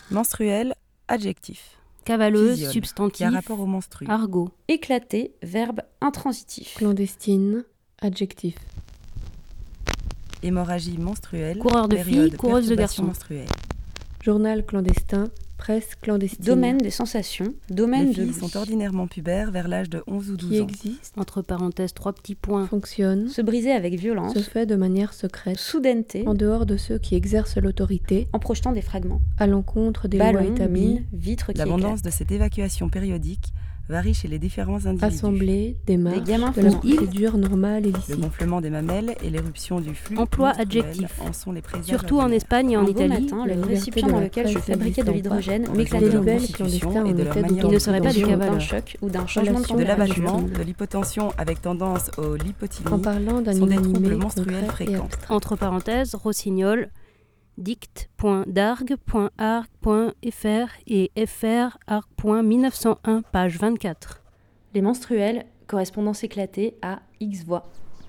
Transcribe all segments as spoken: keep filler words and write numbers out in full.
Menstruel, adjectif. Cavaleuse, Physiole, substantif. qui a rapport au menstru. Argot. Éclaté, verbe intransitif. Clandestine, adjectif. Hémorragie menstruelle. Coureur de période filles, coureuse de perturbation garçons. menstruelle. Journal clandestin, presse clandestine. Domaine des sensations, domaine Les de filles l'ouïe. sont ordinairement pubères vers l'âge de onze ou douze Qui ans. existe, Entre parenthèses, trois petits points. fonctionne, Se briser avec violence, se fait de manière secrète, soudaineté, en dehors de ceux qui exercent l'autorité, en projetant des fragments. à l'encontre des lois Ballons, établies, mines, vitres qui L'abondance éclatent. de cette évacuation périodique varie chez les différents individus. assemblée, démarche, gamins de la faisant- procédure normale et Le licite. gonflement des mamelles et l'éruption du flux Emploi menstruel adjectif. en sont les présages Surtout en ordinaires. Espagne et en Un beau Italie, matin, la le liberté récipient de dans la lequel je presse fabriquais de n'existant l'hydrogène pas, m'éclatait les de rebelles constitution clandestins et de en leur état manière Il ne de serait pas des fonctionner. d'un cavaleurs. choc ou d'un changement de Relation De température. l'abattement, Température. de l'hypotension avec tendance au lipotylie, En parlant d'un sont des inanimé troubles menstruels concret et fréquents. abstrait. Entre parenthèses, rossignol, dict point dargue point arc point f r et fr arc point mille neuf cent un, page vingt-quatre. Les menstruels, correspondance éclatée à X voix.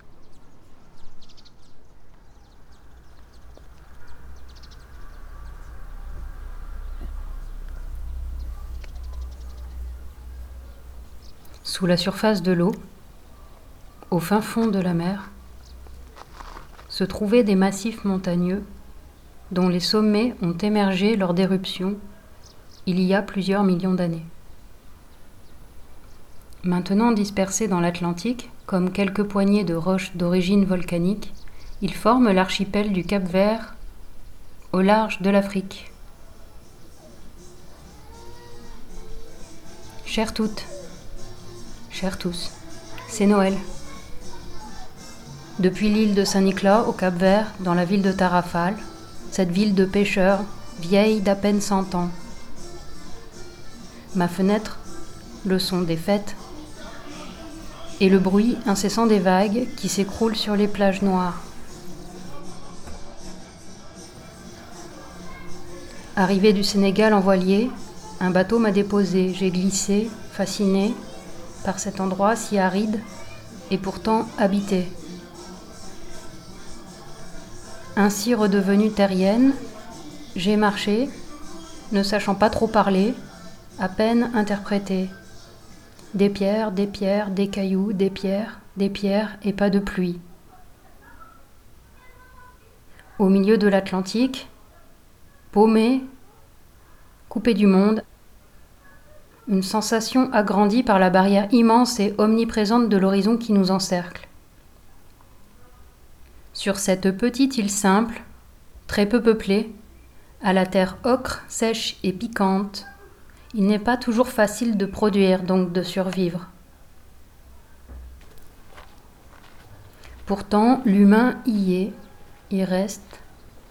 Sous la surface de l'eau, au fin fond de la mer, se trouvaient des massifs montagneux dont les sommets ont émergé lors d'éruptions il y a plusieurs millions d'années. Maintenant dispersés dans l'Atlantique, comme quelques poignées de roches d'origine volcanique, ils forment l'archipel du Cap-Vert au large de l'Afrique. Chères toutes, chers tous, c'est Noël. Depuis l'île de Saint-Nicolas au Cap-Vert, dans la ville de Tarrafal, cette ville de pêcheurs, vieille d'à peine cent ans. Ma fenêtre, le son des fêtes, et le bruit incessant des vagues qui s'écroulent sur les plages noires. Arrivé du Sénégal en voilier, un bateau m'a déposé. J'ai glissé, fasciné par cet endroit si aride et pourtant habité. Ainsi redevenue terrienne, j'ai marché, ne sachant pas trop parler, à peine interpréter. Des pierres, des pierres, des cailloux, des pierres, des pierres et pas de pluie. Au milieu de l'Atlantique, paumé, coupé du monde, une sensation agrandie par la barrière immense et omniprésente de l'horizon qui nous encercle. Sur cette petite île simple, très peu peuplée, à la terre ocre, sèche et piquante, il n'est pas toujours facile de produire, donc de survivre. Pourtant, l'humain y est, y reste.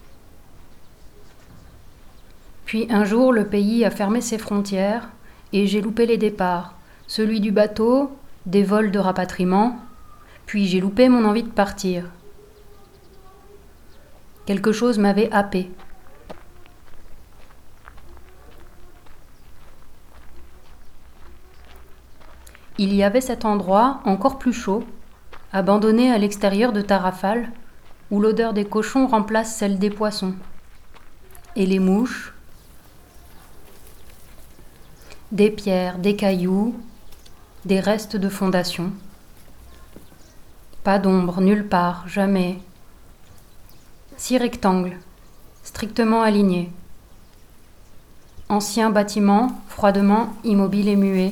Puis un jour, le pays a fermé ses frontières et j'ai loupé les départs, celui du bateau, des vols de rapatriement, puis j'ai loupé mon envie de partir. Quelque chose m'avait happé. Il y avait cet endroit encore plus chaud, abandonné à l'extérieur de Tarrafal, où l'odeur des cochons remplace celle des poissons. Et les mouches, des pierres, des cailloux, des restes de fondations. Pas d'ombre, nulle part, jamais. Six rectangles, strictement alignés. Anciens bâtiments, froidement immobiles et muets,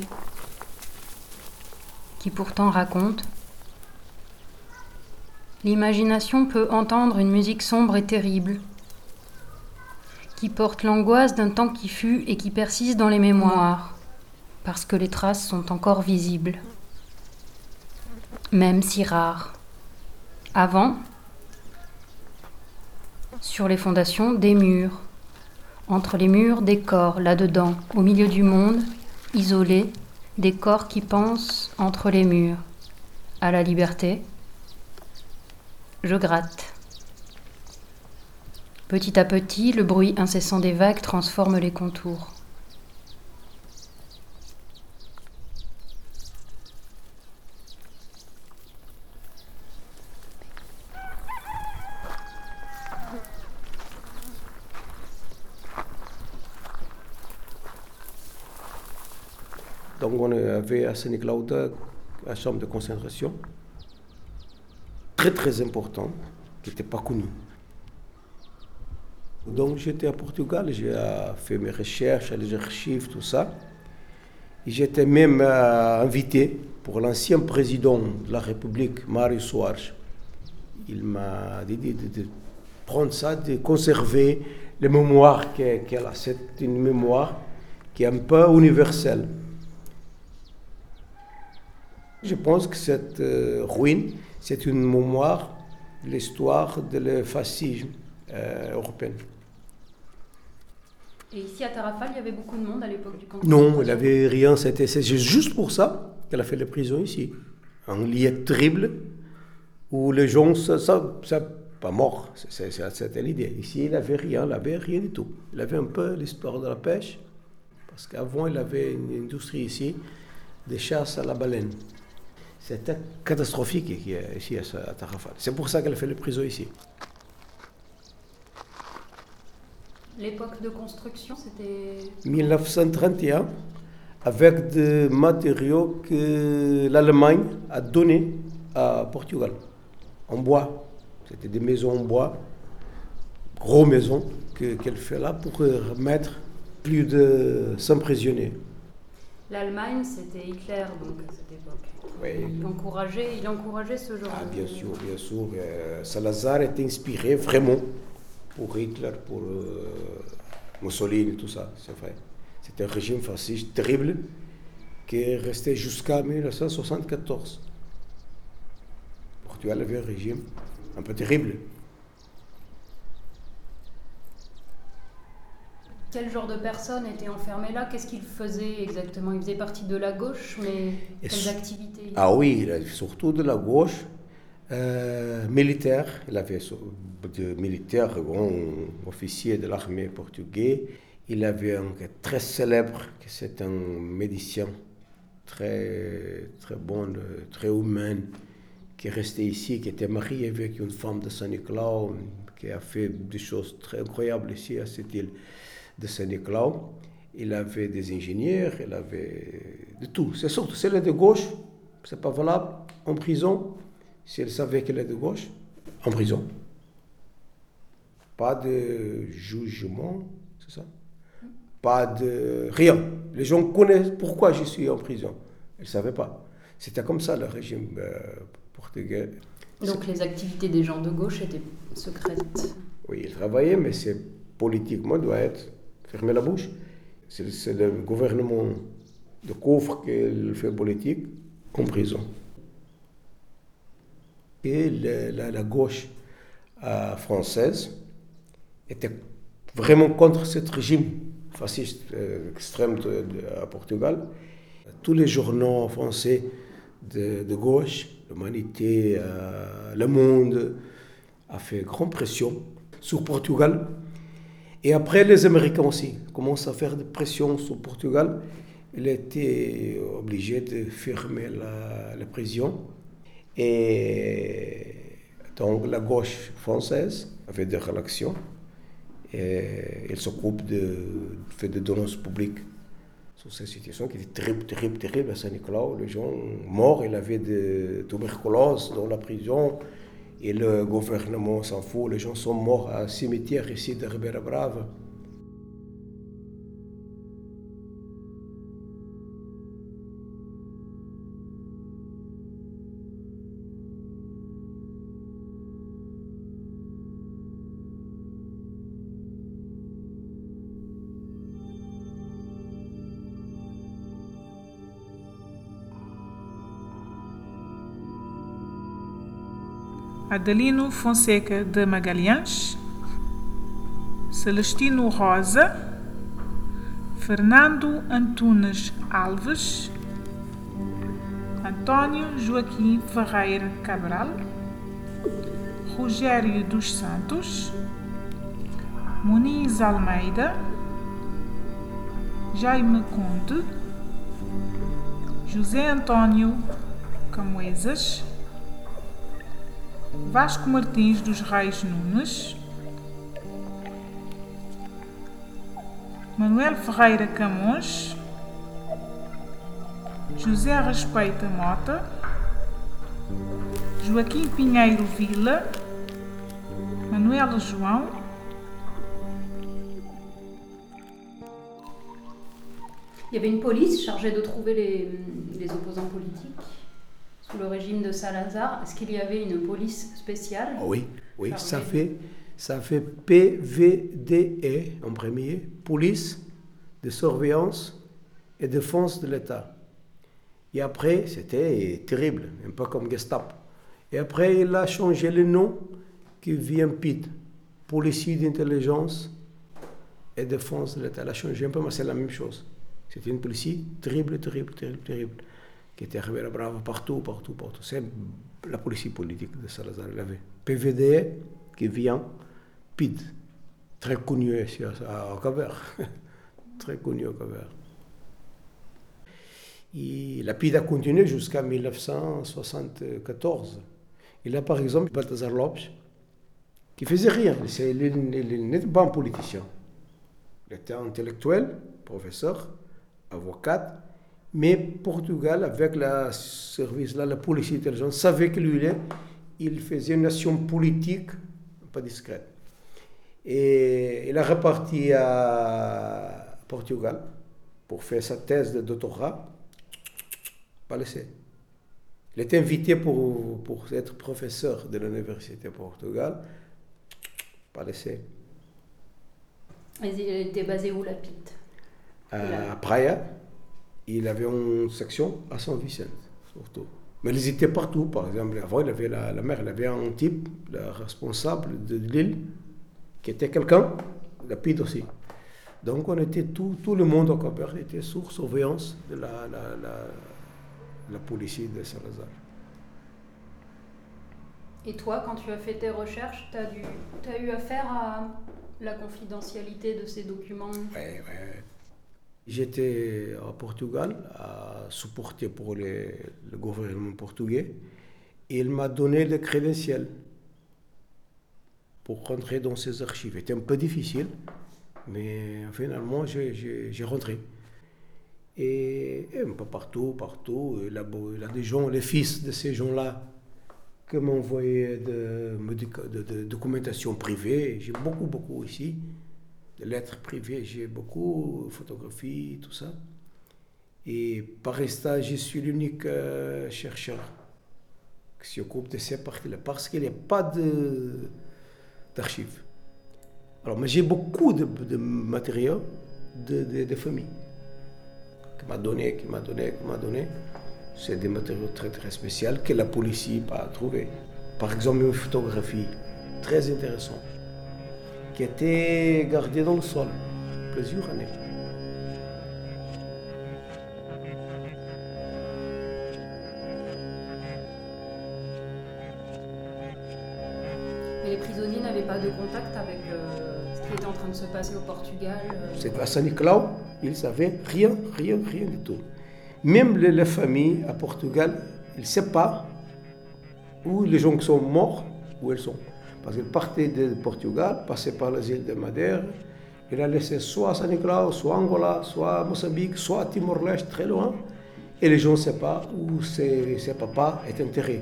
qui pourtant racontent. L'imagination peut entendre une musique sombre et terrible, qui porte l'angoisse d'un temps qui fut et qui persiste dans les mémoires, parce que les traces sont encore visibles, même si rares. Avant, sur les fondations, des murs, entre les murs, des corps, là-dedans, au milieu du monde, isolés, des corps qui pensent entre les murs. À la liberté, je gratte. Petit à petit, le bruit incessant des vagues transforme les contours. Donc on avait à Saint-Nicolas la chambre de concentration, très très important, qui n'était pas connu. Donc j'étais à Portugal, j'ai fait mes recherches, les archives, tout ça. Et j'étais même euh, invité pour l'ancien président de la République, Mário Soares. Il m'a dit de, de, de prendre ça, de conserver les mémoires qu'elle a. C'est une mémoire qui est un peu universelle. Je pense que cette euh, ruine, c'est une mémoire de l'histoire du fascisme euh, européen. Et ici à Tarrafal, il y avait beaucoup de monde à l'époque du camp de Non, concentration? il n'y avait rien. C'était, c'est juste pour ça qu'elle a fait la prison ici. Un lieu terrible où les gens ne sont pas morts. C'est, c'est, c'était l'idée. Ici, il n'avait rien, il n'avait rien du tout. Il avait un peu l'histoire de la pêche, parce qu'avant, il avait une industrie ici de chasse à la baleine. C'était catastrophique ici à Tarrafal. C'est pour ça qu'elle a fait la prison ici. L'époque de construction, c'était... dix-neuf cent trente et un, avec des matériaux que l'Allemagne a donnés à Portugal, en bois. C'était des maisons en bois, grosses maisons, que, qu'elle fait là pour mettre plus de cent prisonniers. L'Allemagne, c'était Hitler, donc, à cette époque. Oui. Il encourageait, il encourageait ce genre Ah, de... bien sûr, bien sûr. Euh, Salazar était inspiré vraiment pour Hitler, pour euh, Mussolini, tout ça, c'est vrai. C'était un régime fasciste terrible qui est resté jusqu'à dix-neuf cent soixante-quatorze. Portugal avait un régime un peu terrible. Quel genre de personnes étaient enfermées là? Qu'est-ce qu'ils faisaient exactement? Ils faisaient partie de la gauche, mais Et quelles su- activités? Ah oui, surtout de la gauche, euh, militaire. Il avait des militaires, grands officiers de l'armée portugaise. Il avait un qui est très célèbre, que c'est un médecin très, très bon, très humain, qui est resté ici, qui était marié avec une femme de Saint-Nicolas, qui a fait des choses très incroyables ici à cette île de Saint-Nicolas. Il avait des ingénieurs, il avait de tout. C'est surtout, si elle est de gauche, c'est pas valable, en prison. Si elle savait qu'elle est de gauche, en prison. Pas de jugement, c'est ça? Pas de rien. Les gens connaissent pourquoi je suis en prison. Ils ne savaient pas. C'était comme ça le régime euh, portugais. Donc les activités des gens de gauche étaient secrètes. Oui, ils travaillaient, mais c'est politiquement doit être fermer la bouche. C'est, c'est le gouvernement de couvre qui fait politique en prison. Et le, la, la gauche euh, française était vraiment contre ce régime fasciste euh, extrême de, de, à Portugal. Tous les journaux français de, de gauche, l'Humanité, euh, Le Monde, a fait grande pression sur Portugal. Et après, les Américains aussi commencent à faire des pressions sur Portugal. Il était obligé de fermer la, la prison. Et donc, la gauche française avait des relations. Et elle s'occupe de faire des dénonces publiques sur cette situation qui était terrible, terrible, terrible à Saint-Nicolas. Les gens morts, il avait de tuberculose dans la prison. Et le gouvernement s'en fout, les gens sont morts à un cimetière ici de Ribeira Brava. Adelino Fonseca de Magalhães, Celestino Rosa, Fernando Antunes Alves, Antônio Joaquim Ferreira Cabral, Rogério dos Santos, Muniz Almeida, Jaime Conde, José Antônio Camoesas, Vasco Martins dos Reis Nunes, Manuel Ferreira Camões, José Respeita Mota, Joaquim Pinheiro Vila, Manuela João, Il y avait une police chargée de trouver les, les opposants politiques sous le régime de Salazar. Est-ce qu'il y avait une police spéciale? Oui, oui, chargée ça fait, ça fait P V D E en premier, police de surveillance et défense de l'État. Et après, c'était terrible, un peu comme Gestapo. Et après, il a changé le nom qui vient P I D, policier d'intelligence et défense de l'État. Il a changé un peu, mais c'est la même chose. C'était une police terrible, terrible, terrible, terrible, qui était arrivée à Brava partout, partout, partout. C'est la police politique de Salazar. Il avait P V D E qui vient, P I D, très connu ici au Cap-Vert, très connu au Cap-Vert. Et la P I D a continué jusqu'à mille neuf cent soixante-quatorze. Il a par exemple Balthazar Lopes, qui faisait rien. Il, il, il n'était pas un politicien. Il était intellectuel, professeur, avocat, mais Portugal, avec le service là, la police intelligente, savait que lui, il faisait une action politique pas discrète. Et il a reparti à Portugal pour faire sa thèse de doctorat, pas laissé. Il était invité pour, pour être professeur de l'université de Portugal, pas laissé. Il était basé où, la P I D? À Praia, il avait une section à Saint Vicente, surtout. Mais ils étaient partout, par exemple. Avant, il avait la, la mère, il avait un type, le responsable de l'île, qui était quelqu'un, la P I D aussi. Donc, on était tout, tout le monde au Cap-Vert était sous surveillance de la, la, la, la police de Salazar. Et toi, quand tu as fait tes recherches, tu as, dû, t'as eu affaire à la confidentialité de ces documents? Oui, oui. J'étais à Portugal à supporter pour les, le gouvernement portugais et il m'a donné le crédentiel pour rentrer dans ses archives. C'était un peu difficile, mais finalement j'ai, j'ai, j'ai rentré. Et, et un peu partout, partout, il y a, il y a des gens, les fils de ces gens-là, qui m'ont envoyé de, de, de documentation privée. J'ai beaucoup, beaucoup ici. De lettres privées, j'ai beaucoup, photographies, tout ça. Et par instant, je suis l'unique euh, chercheur qui s'occupe de ces parties-là, parce qu'il n'y a pas de, d'archives. Alors, mais j'ai beaucoup de, de matériaux de, de, de famille qui m'a donné, qui m'a donné, qui m'a donné. C'est des matériaux très, très spéciaux que la police n'a pas trouvé. Par exemple, une photographie très intéressante qui était gardée dans le sol plusieurs années. Et les prisonniers n'avaient pas de contact avec euh, ce qui était en train de se passer au Portugal euh... C'est à Saint-Nicolas, ils ne savaient rien, rien, rien du tout. Même les, les familles à Portugal, ils ne savent pas où les gens qui sont morts, où ils sont. Parce qu'il partait de Portugal, passait par les îles de Madère, il a laissé soit à Saint-Nicolas, soit à Angola, soit à Mozambique, soit à Timor-Leste, très loin. Et les gens ne savent pas où ses, ses papas est enterré.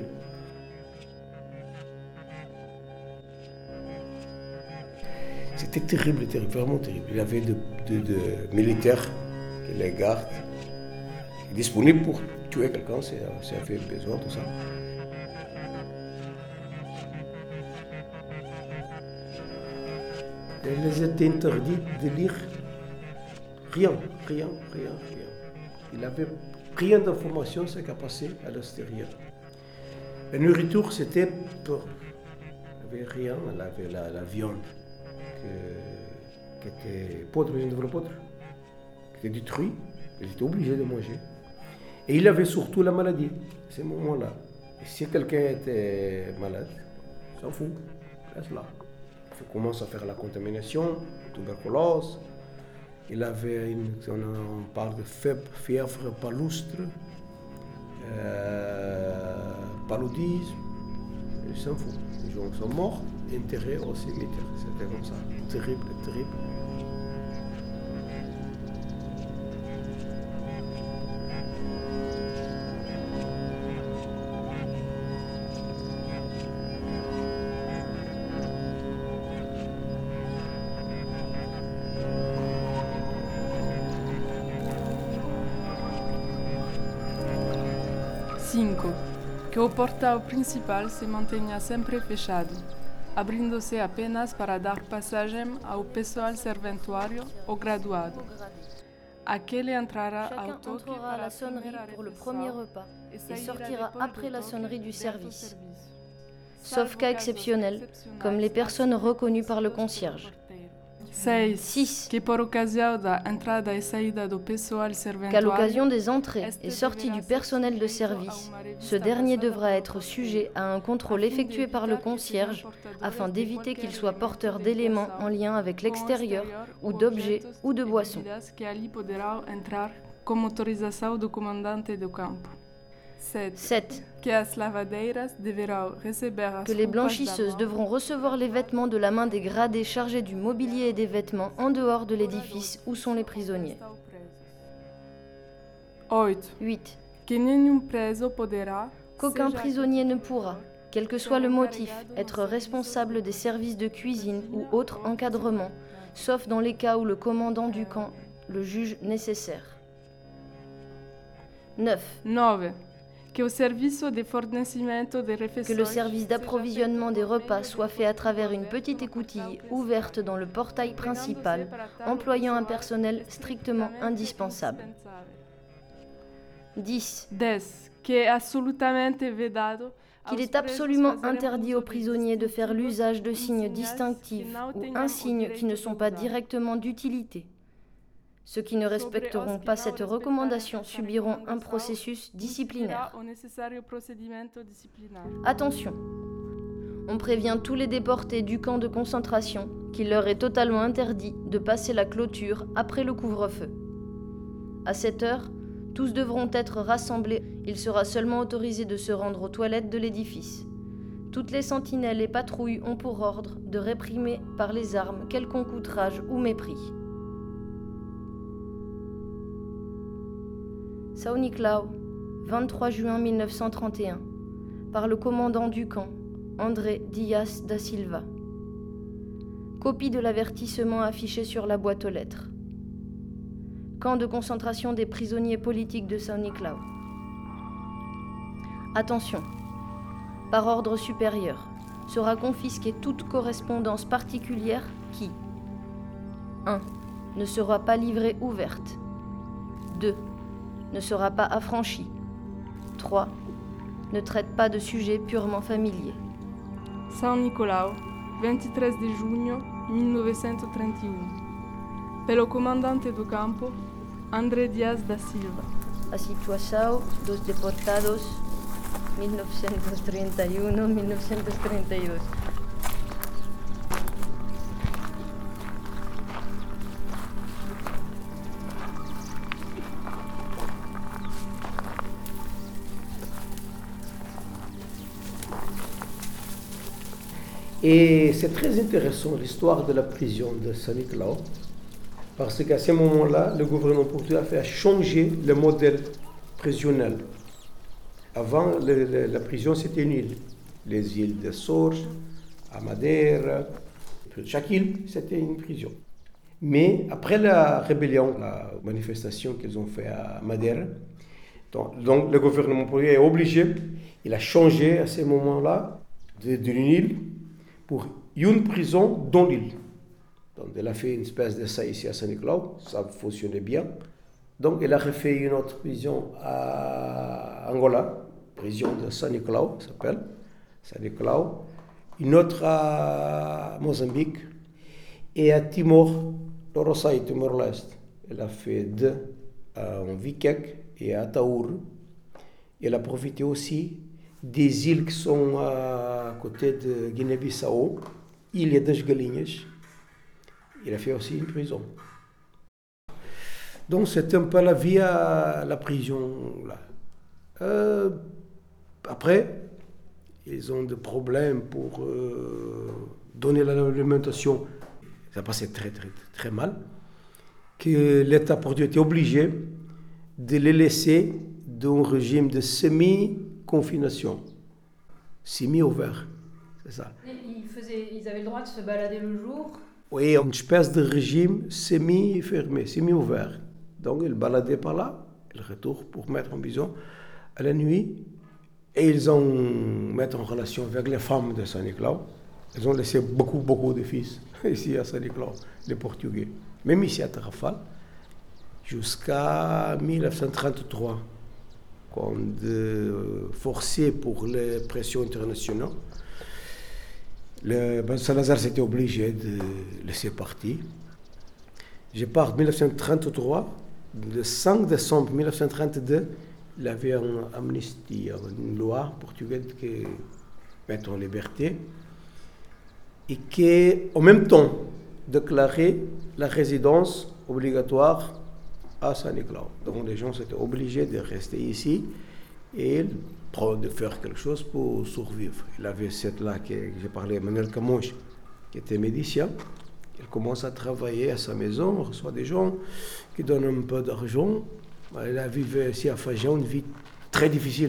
C'était terrible, terrible, vraiment terrible. Il y avait de, de, de militaires qui les gardent, disponibles pour tuer quelqu'un si ça fait besoin, tout ça. Il les était interdit de lire rien, rien, rien, rien. Il n'avait rien d'information sur ce qui a passé à l'extérieur. La nourriture, c'était peu. Il n'y avait rien, il avait la, la viande que, qui était poudre, une vraie poudre, qui était détruite. Il était obligé de manger. Et il avait surtout la maladie, à ce moment-là. Et si quelqu'un était malade, il s'en fout, reste là. Il commence à faire la contamination, tuberculose. Il avait, une, on parle de fièvre, fièvre palustre, euh, paludisme. Il s'en fout. Les gens sont morts, enterrés au cimetière. C'était comme ça. Terrible, terrible. cinco. Que o portal principal se mantenha sempre fechado, abrindo-se apenas para dar passagem ao pessoal serventuário ou graduado. Aquele entrará Chacun ao toque entrera à para la a sonnerie primeira pour le refeição premier repas e et sairá sortira depois après do la toque sonnerie du vers o service. serviço. Sauf cas exceptionnels, comme les personnes reconnues par le concierge. seis. six. Que por ocasião da entrada e saída do pessoal Qu'à serventuário, l'occasion des entrées et sorties du personnel de service, ce dernier devra être sujet à un contrôle effectué par le concierge afin d'éviter qu'il soit porteur d'éléments en lien avec l'extérieur ou d'objets ou de boissons. que ali poderão entrar com autorização do comandante do campo. sept. sept. Que as lavadeiras deverão receber as Que les roupas blanchisseuses da mão devront recevoir les vêtements de la main des gradés chargés du mobilier et des vêtements en dehors de l'édifice où sont les prisonniers. oito. huit. Que nenhum preso poderá, Qu'aucun seja prisonnier ne pourra, quel que soit le motif, être responsable des services de cuisine ou autres encadrements, sauf dans les cas où le commandant du camp le juge nécessaire. neuf. nove. Que o serviço de fornecimento de Que refeições le service d'approvisionnement des repas soit fait à travers une petite écoutille ouverte dans le portail principal, employant un personnel strictement indispensable. dix. dez. Que é absolutamente vedado Qu'il est absolument interdit aux prisonniers de faire l'usage de signes distinctifs ou insignes qui ne sont pas directement d'utilité. Ceux qui ne respecteront pas cette recommandation subiront un processus disciplinaire. Attention! On prévient tous les déportés du camp de concentration qu'il leur est totalement interdit de passer la clôture après le couvre-feu. À cette heure, tous devront être rassemblés. Il sera seulement autorisé de se rendre aux toilettes de l'édifice. Toutes les sentinelles et patrouilles ont pour ordre de réprimer par les armes quelconque outrage ou mépris. São Nicolau, vingt-trois juin mille neuf cent trente et un, par le commandant du camp, André Dias da Silva. Copie de l'avertissement affiché sur la boîte aux lettres. Camp de concentration des prisonniers politiques de São Nicolau. Attention, par ordre supérieur, sera confisquée toute correspondance particulière qui un. Ne sera pas livrée ouverte. deux. Ne sera pas affranchie. trois. Ne traite pas de sujets purement familiers. São Nicolau, vinte-três de junho mille neuf cent trente et un. Pelo comandante do campo, André Dias da Silva. A situação dos deportados mil novecentos trinta e um a mil novecentos trinta e dois. Et c'est très intéressant l'histoire de la prison de São Nicolau, parce qu'à ce moment-là, le gouvernement portugais a fait changer le modèle prisonnel. Avant, le, le, la prison c'était une île, les îles de Açores, à Madeira, chaque île c'était une prison. Mais après la rébellion, la manifestation qu'ils ont fait à Madeira, donc, donc le gouvernement portugais est obligé, il a changé à ce moment-là d'une île pour une prison dans l'île. Donc elle a fait une espèce d'essai ici à São Nicolau, ça fonctionnait bien. Donc elle a refait une autre prison à Angola, prison de São Nicolau, ça s'appelle, São Nicolau. Une autre à Mozambique et à Timor, Loroçai, Timor-Leste. Elle a fait deux en Vikek et à Taour. Elle a profité aussi des îles qui sont à côté de Guiné-Bissau, Ilha das Galinhas. Il a fait aussi une prison. Donc c'est un peu la vie à la prison. Là. Euh, après, ils ont des problèmes pour euh, donner l'alimentation. Ça passait très très très mal. Que l'État portugais était obligé de les laisser dans un régime de semi-confination, semi-ouvert, c'est ça. Ils, faisaient, ils avaient le droit de se balader le jour. Oui, une espèce de régime semi-fermé, semi-ouvert. Donc ils baladaient par là, ils retournent pour mettre en prison. À la nuit, Et ils ont mis en relation avec les femmes de Saint-Nicolas. Ils ont laissé beaucoup, beaucoup de fils ici à Saint-Nicolas, les Portugais. Même ici à Tarrafal, jusqu'à mille neuf cent trente-trois, quand euh, forcé pour les pressions internationales, le, ben Salazar s'était obligé de laisser partir. Je pars en mille neuf cent trente-trois, le cinq décembre mille neuf cent trente-deux, il y avait une amnistie, une loi portugaise qui met en liberté et qui, en même temps, déclarait la résidence obligatoire à Saint-Nicolas. Donc les gens étaient obligés de rester ici et de faire quelque chose pour survivre. Il y avait cette là que j'ai parlé, Manuel Camões, qui était médecin. Il commence à travailler à sa maison, reçoit des gens qui donnent un peu d'argent. Il a vécu ici à Fajan une vie très difficile.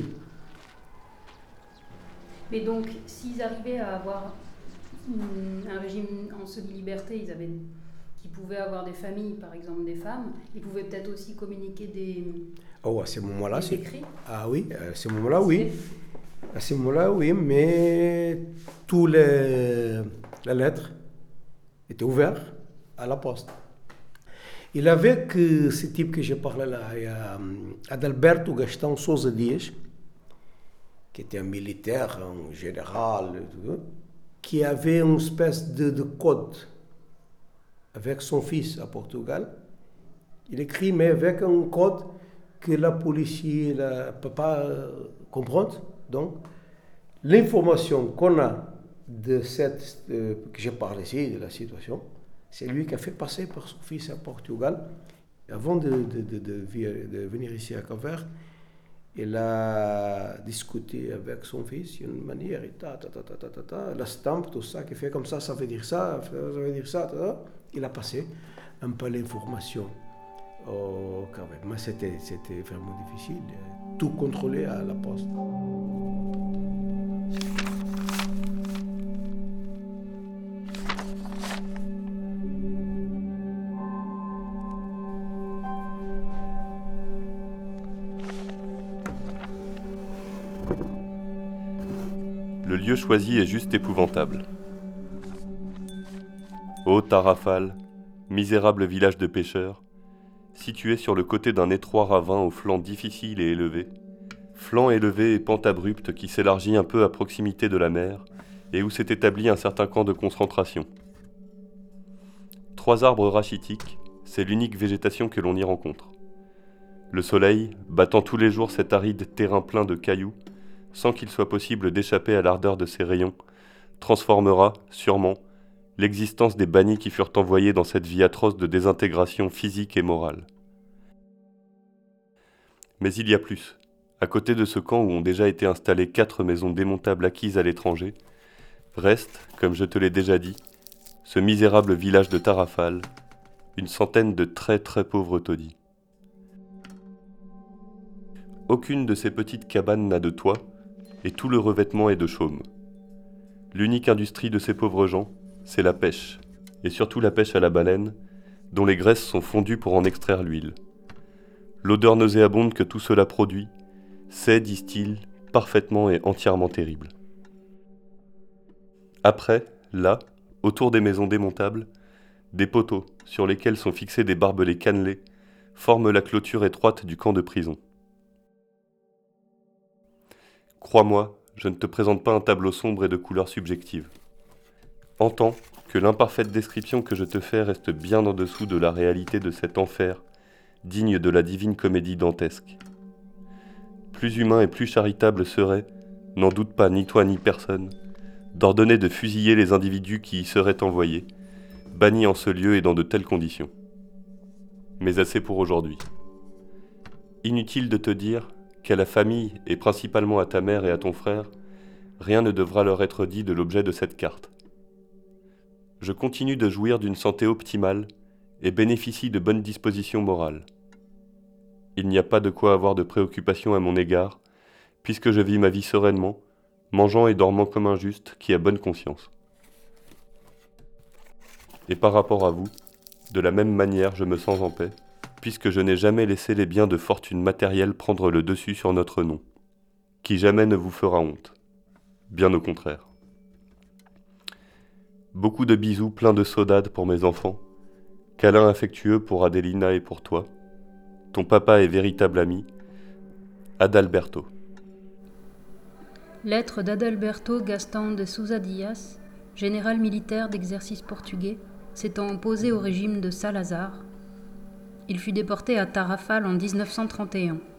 Mais donc, s'ils arrivaient à avoir une, un régime en semi-liberté, ils avaient, qui pouvaient avoir des familles, par exemple des femmes, ils pouvaient peut-être aussi communiquer des, oh, à ce moment-là, des écrits. Ah oui, à ce moment-là, oui. À ce moment-là, oui, mais toutes les, les lettres étaient ouvertes à la poste. Il avait que ce type que je parlais là, Adalberto Gastão Sousa Dias, qui était un militaire, un général, qui avait une espèce de, de code avec son fils à Portugal. Il écrit, mais avec un code que la police ne peut pas comprendre. Donc, l'information qu'on a de cette, euh, que je parle ici, de la situation, c'est lui qui a fait passer par son fils à Portugal. Avant de, de, de, de, de venir ici à Cap-Vert, il a discuté avec son fils d'une manière, et ta, ta, ta, ta, ta, ta, ta, la stampe, tout ça, qui fait comme ça, ça veut dire ça, ça veut dire ça. Ta, ta. Il a passé un peu l'information au Cap-Vert. Mais c'était, c'était vraiment difficile, tout contrôler à la poste. Le lieu choisi est juste épouvantable. Ô Tarrafal, misérable village de pêcheurs, situé sur le côté d'un étroit ravin aux flancs difficiles et élevés, flanc élevé et pente abrupte qui s'élargit un peu à proximité de la mer et où s'est établi un certain camp de concentration. Trois arbres rachitiques, c'est l'unique végétation que l'on y rencontre. Le soleil, battant tous les jours cet aride terrain plein de cailloux, sans qu'il soit possible d'échapper à l'ardeur de ses rayons, transformera, sûrement, l'existence des bannis qui furent envoyés dans cette vie atroce de désintégration physique et morale. Mais il y a plus. À côté de ce camp où ont déjà été installées quatre maisons démontables acquises à l'étranger, reste, comme je te l'ai déjà dit, ce misérable village de Tarrafal, une centaine de très très pauvres taudis. Aucune de ces petites cabanes n'a de toit, et tout le revêtement est de chaume. L'unique industrie de ces pauvres gens, c'est la pêche, et surtout la pêche à la baleine, dont les graisses sont fondues pour en extraire l'huile. L'odeur nauséabonde que tout cela produit, c'est, disent-ils, parfaitement et entièrement terrible. Après, là, autour des maisons démontables, des poteaux, sur lesquels sont fixés des barbelés cannelés, forment la clôture étroite du camp de prison. Crois-moi, je ne te présente pas un tableau sombre et de couleurs subjectives. Entends que l'imparfaite description que je te fais reste bien en dessous de la réalité de cet enfer, digne de la divine comédie dantesque. Plus humain et plus charitable serait, n'en doute pas ni toi ni personne, d'ordonner de fusiller les individus qui y seraient envoyés, bannis en ce lieu et dans de telles conditions. Mais assez pour aujourd'hui. Inutile de te dire qu'à la famille, et principalement à ta mère et à ton frère, rien ne devra leur être dit de l'objet de cette carte. Je continue de jouir d'une santé optimale et bénéficie de bonnes dispositions morales. Il n'y a pas de quoi avoir de préoccupation à mon égard, puisque je vis ma vie sereinement, mangeant et dormant comme un juste qui a bonne conscience. Et par rapport à vous, de la même manière je me sens en paix, puisque je n'ai jamais laissé les biens de fortune matérielle prendre le dessus sur notre nom. qui jamais ne vous fera honte. Bien au contraire. Beaucoup de bisous pleins de saudade pour mes enfants, câlins affectueux pour Adelina et pour toi. Ton papa est véritable ami, Adalberto. Lettre d'Adalberto Gaston de Sousa Dias, général militaire d'exercice portugais, s'étant opposé au régime de Salazar. Il fut déporté à Tarrafal en dix-neuf cent trente et un.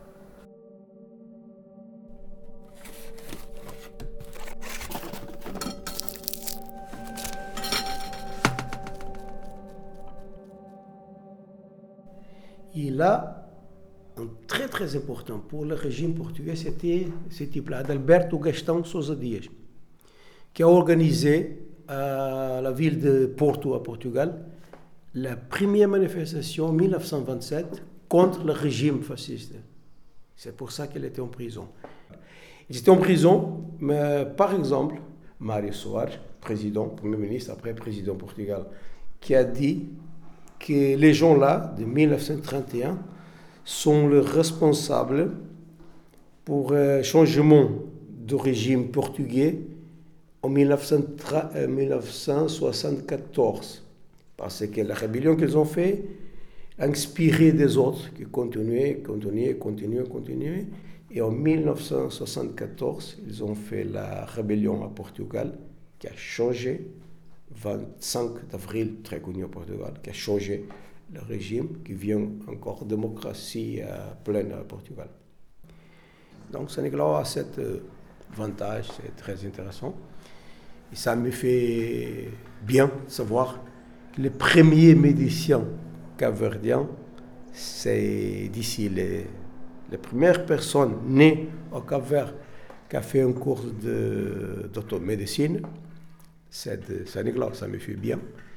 Et là, un très très important pour le régime portugais, c'était ce type-là, Adalberto Gaston Sousa Dias, qui a organisé à la ville de Porto, à Portugal, la première manifestation en dix-neuf cent vingt-sept contre le régime fasciste. C'est pour ça qu'il était en prison. Il était en prison, mais par exemple, Mário Soares, président, premier ministre, après président Portugal, qui a dit que les gens-là, de dix-neuf cent trente et un, sont les responsables pour le changement de régime portugais en dix-neuf cent soixante-quatorze. Parce que la rébellion qu'ils ont fait a inspiré des autres qui continuaient, continuaient, continuaient, continuaient. Et en dix-neuf cent soixante-quatorze, ils ont fait la rébellion à Portugal qui a changé, vingt-cinq avril, très connu au Portugal, qui a changé le régime, qui vient encore démocratie euh, pleine à Portugal. Donc Saint-Nicolas a cet euh, avantage, c'est très intéressant. Et ça me fait bien savoir que les premiers médecins capverdiens, c'est d'ici les, les premières personnes nées au Cap-Vert qui a fait un cours de, d'automédecine. C'est de Saint-Nicolas, ça me fait bien.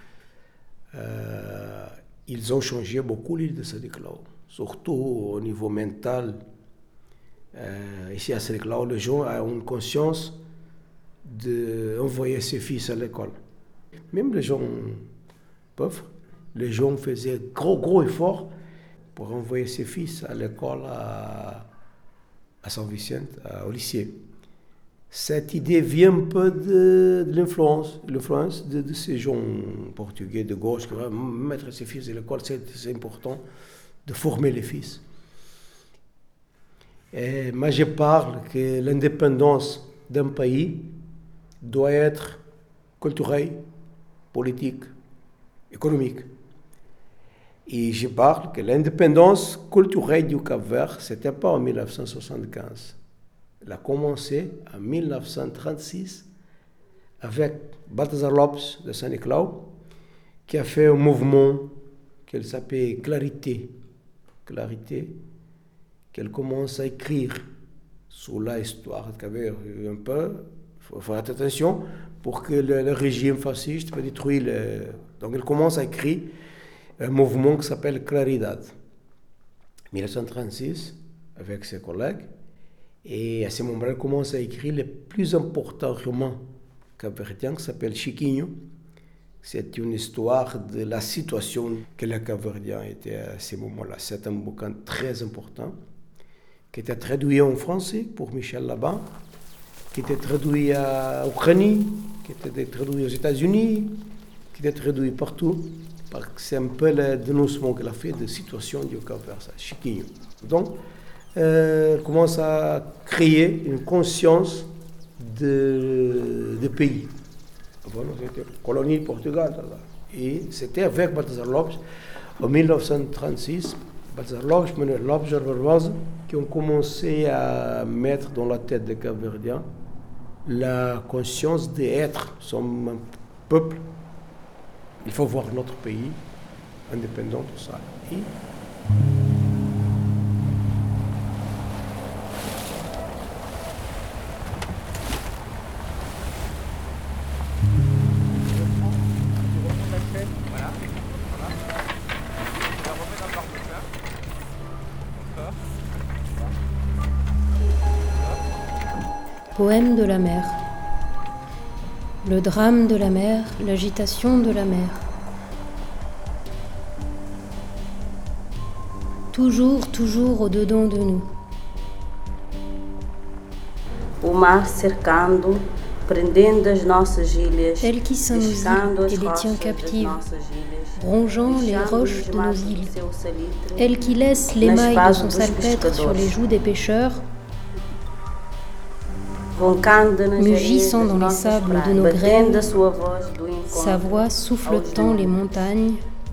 Euh, ils ont changé beaucoup l'île de Saint-Nicolas, surtout au niveau mental. Euh, ici à Saint-Nicolas, les gens ont une conscience d'envoyer ses fils à l'école. Même les gens pauvres, les gens faisaient gros, gros efforts pour envoyer ses fils à l'école à, à Saint-Vicente, au lycée. Cette idée vient un peu de, de l'influence, l'influence de, de ces gens portugais de gauche qui vont mettre ses fils à l'école. C'est, c'est important de former les fils. Et moi, je parle que l'indépendance d'un pays doit être culturelle, politique, économique. Et je parle que l'indépendance culturelle du Cap-Vert, ce n'était pas en dix-neuf cent soixante-quinze. Elle a commencé en dix-neuf cent trente-six avec Balthazar Lopes de Saint-Nicolas, qui a fait un mouvement qu'elle s'appelait Clarité. Clarité, qu'elle commence à écrire sur l'histoire de Cap-Vert un peu. Il faut faire attention pour que le, le régime fasciste peut détruire le... Donc elle commence à écrire un mouvement qui s'appelle Claridad. dix-neuf cent trente-six, avec ses collègues. Et à ce moment-là, elle commence à écrire le plus important roman capverdien qui s'appelle Chiquinho. C'est une histoire de la situation que les Capverdiens étaient à ce moment-là. C'est un bouquin très important qui était traduit en français pour Michel Laban, qui était traduit en Ukraine, qui était traduit aux États-Unis, qui était traduit partout. Parce que c'est un peu le dénoncement qu'elle a fait de la situation du Cap-Vert, Chiquinho. Donc, Euh, commence à créer une conscience de, de pays. Voilà, c'était colonie Portugal. Et c'était avec Balthazar Lopes, en dix-neuf cent trente-six, Balthazar Lopes, Manuel Lopes, Jorge Barbosa, qui ont commencé à mettre dans la tête des Capverdiens la conscience d'être, nous sommes un peuple, il faut voir notre pays indépendant, tout ça. Et Poème de la mer. Le drame de la mer, l'agitation de la mer. Toujours, toujours au-dedans de nous. Elle qui ceint nos îles et les tient captives, rongeant les roches de nos îles. Elle qui laisse l'émail de son salpêtre sur les joues des pêcheurs, mugissant dans les sables de nos grèves, sa voix souffletant les montagnes,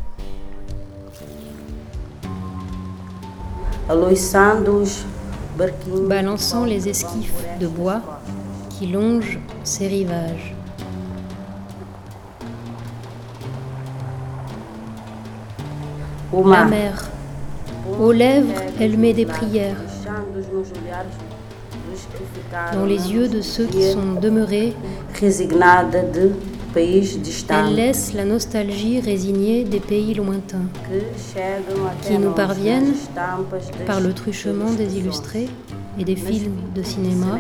balançant les esquifs de bois qui longent ses rivages. La mer, aux lèvres, elle met des prières. Dans les yeux de ceux qui sont demeurés, elle laisse la nostalgie résignée des pays lointains, qui nous parviennent par le truchement des illustrés et des films de cinéma,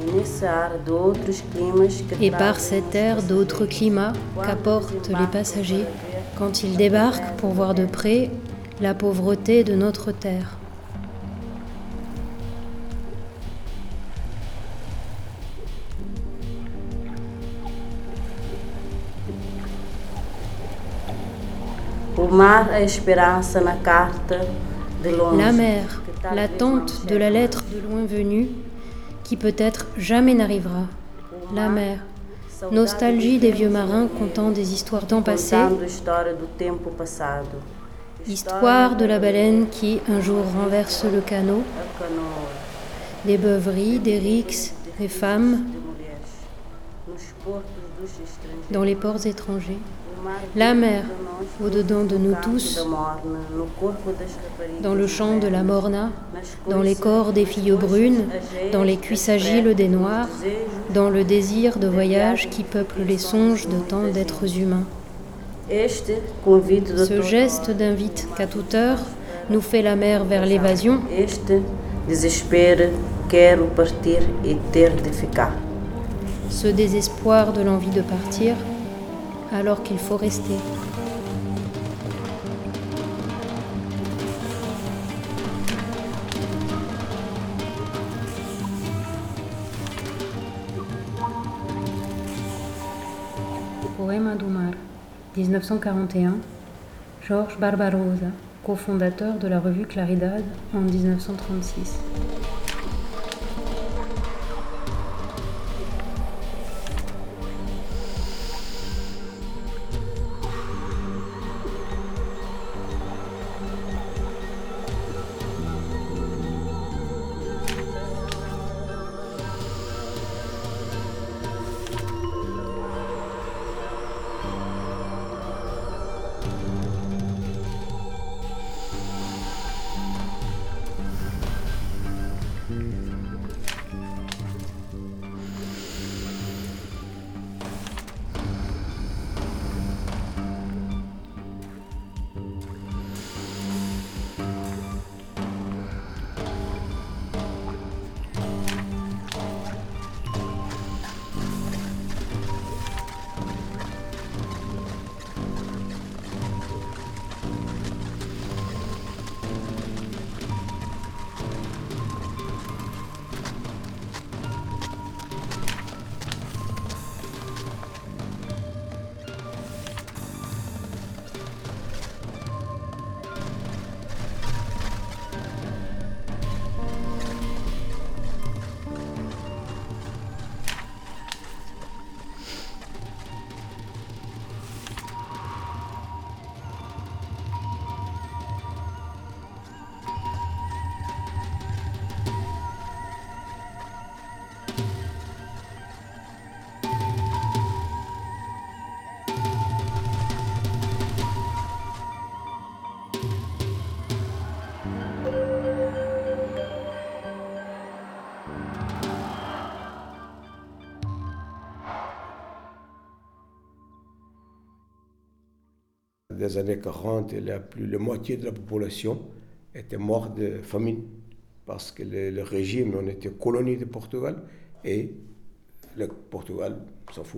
et par cet air d'autres climats qu'apportent les passagers quand ils débarquent pour voir de près la pauvreté de notre terre. La mer, l'attente de la lettre de loin venue, qui peut-être jamais n'arrivera. La mer, nostalgie des vieux marins contant des histoires temps passés, histoire de la baleine qui un jour renverse le canot, des beuveries, des rixes, des femmes, dans les ports étrangers. La mer, au-dedans de nous tous, dans le chant de la morna, dans les corps des filles brunes, dans les cuisses agiles des noirs, dans le désir de voyage qui peuple les songes de tant d'êtres humains. Ce geste d'invite qu'à toute heure nous fait la mer vers l'évasion, ce désespoir de l'envie de partir, alors qu'il faut rester. Poema do Mar, dix-neuf cent quarante et un, Jorge Barbarosa, cofondateur de la revue Claridad en dix-neuf cent trente-six. Des années quarante, la, plus, la moitié de la population était morte de famine parce que le, le régime, on était colonie de Portugal et le Portugal s'en fout.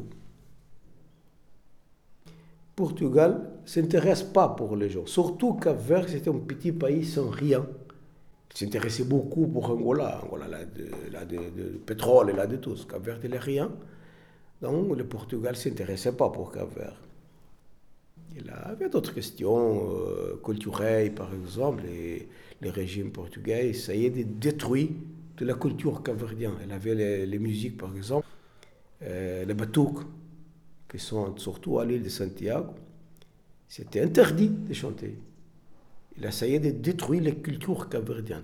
Portugal ne s'intéresse pas pour les gens, surtout Cap-Vert, c'était un petit pays sans rien. s'intéressait beaucoup pour Angola. Angola, là, de, là, de, de pétrole, là, de tout. Cap-Vert, il n'y a rien. Donc, le Portugal ne s'intéressait pas pour Cap-Vert. Il avait d'autres questions euh, culturelles, par exemple, et le régime portugais essayait de détruire de la culture capverdienne. Il avait les, les musiques, par exemple, euh, les batuques, qui sont surtout à l'île de Santiago. C'était interdit de chanter. Il essayait de détruire les cultures capverdiennes.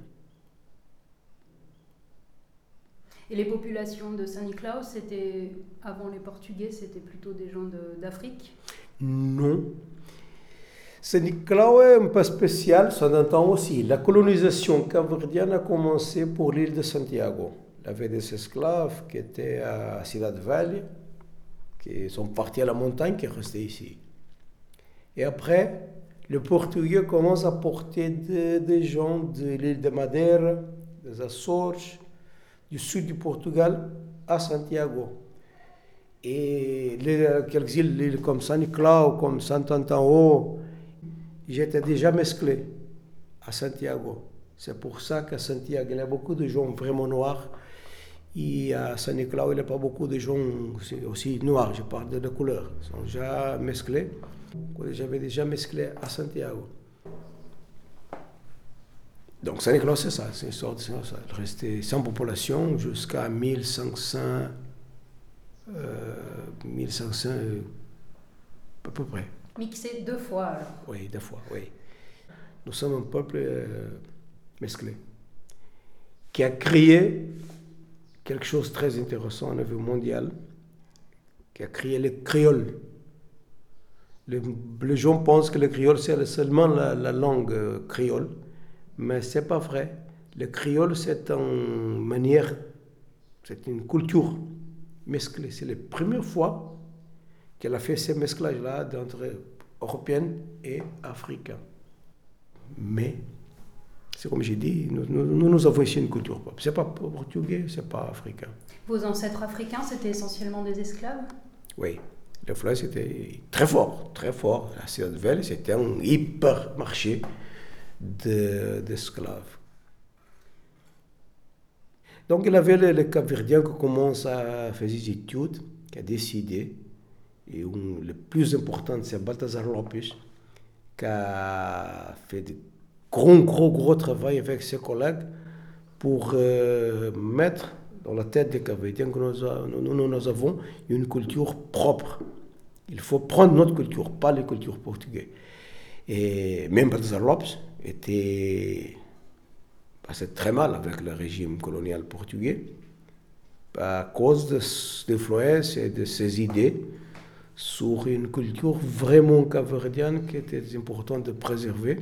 Et les populations de Saint-Nicolas, c'était, avant les Portugais, c'était plutôt des gens de, d'Afrique? Non. Saint-Nicolas est un peu spécial, ça entend aussi. La colonisation capverdienne a commencé pour l'île de Santiago. Il y avait des esclaves qui étaient à Ciudad Valle, qui sont partis à la montagne, qui restaient ici. Et après, le Portugais commence à porter des de gens de l'île de Madeira, des Açores, du sud du Portugal à Santiago. Et les, quelques îles comme Saint-Nicolas ou comme Saint-Anton-Haut, j'étais déjà mesclé à Santiago. C'est pour ça qu'à Santiago, il y a beaucoup de gens vraiment noirs. Et à Saint-Nicolas, il n'y a pas beaucoup de gens aussi, aussi noirs, je parle de la couleur. Ils sont déjà mesclés. J'avais déjà mesclé à Santiago. Donc Saint-Nicolas, c'est ça, c'est une sorte de ça. Il restait sans population jusqu'à mille cinq cents, euh, mille cinq cents euh, à peu près. Mixé deux fois alors? Oui, deux fois, oui. Nous sommes un peuple euh, mesclé qui a créé quelque chose de très intéressant au niveau mondial, qui a créé le créole. Les, les gens pensent que le créole, c'est seulement la, la langue euh, créole, mais ce n'est pas vrai. Le créole, c'est une manière, c'est une culture mesclée. C'est la première fois qu'elle a fait ces mesclages-là entre européens et africains. Mais, c'est comme j'ai dit, nous, nous, nous avons ici une culture propre. Ce n'est pas portugais, ce n'est pas africain. Vos ancêtres africains, c'était essentiellement des esclaves? Oui. Le fleuve, c'était très fort, très fort. La Ciudad Valle, c'était un hypermarché de, d'esclaves. Donc, il y avait le, le Cap-Verdien qui commence à faire des études, qui a décidé, et un, le plus important, c'est Balthazar Lopes, qui a fait de gros, gros, gros travail avec ses collègues pour euh, mettre dans la tête des Cap-Verdiens que nous, nous, nous avons une culture propre. Il faut prendre notre culture, pas les cultures portugaises. Et même Balthazar Lopes était passé très mal avec le régime colonial portugais à cause de l'influence et de ses idées sur une culture vraiment capverdienne qui était important de préserver.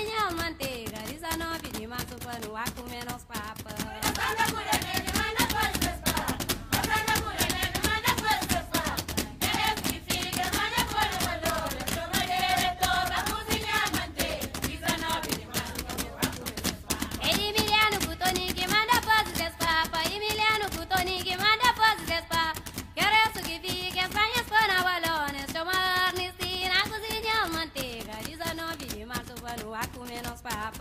Vai comer nos papas.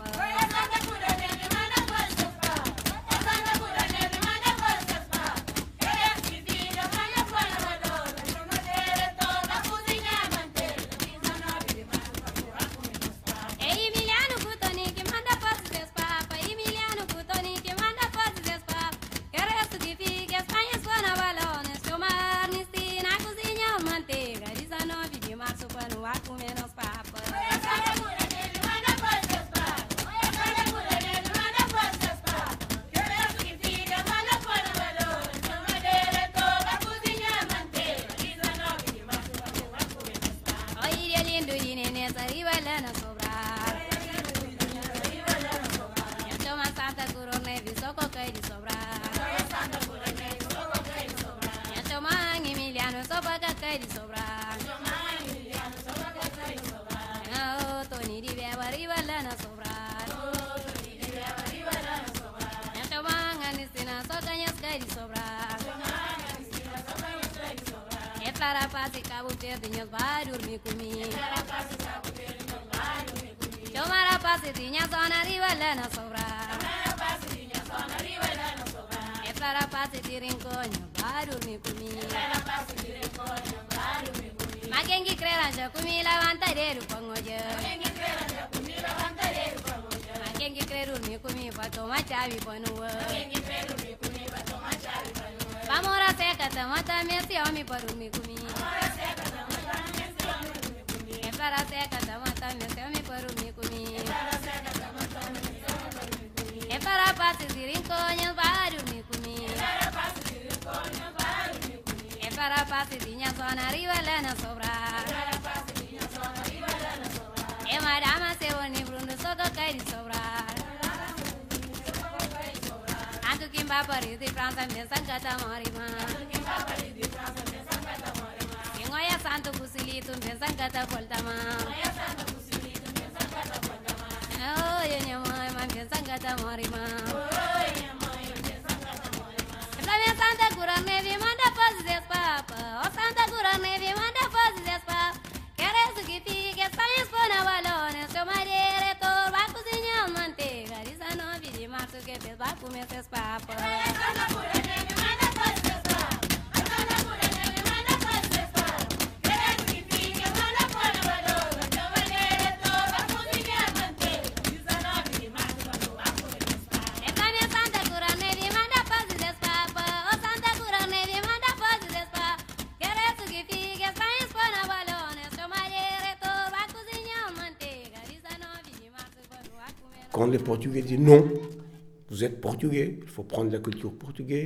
Quand les Portugais disent non, vous êtes Portugais, il faut prendre la culture portugaise.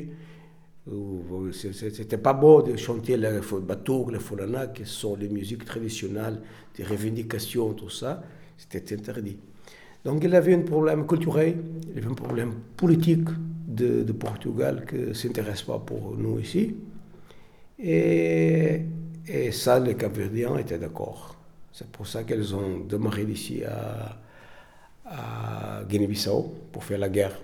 C'était pas beau de chanter le batouk, le fulana, qui sont les musiques traditionnelles, des revendications, tout ça. C'était interdit. Donc il avait un problème culturel, il avait un problème politique de, de Portugal qui ne s'intéresse pas pour nous ici. Et, et ça, les Capverdiens étaient d'accord. C'est pour ça qu'ils ont démarré d'ici à, à Guinée-Bissau pour faire la guerre.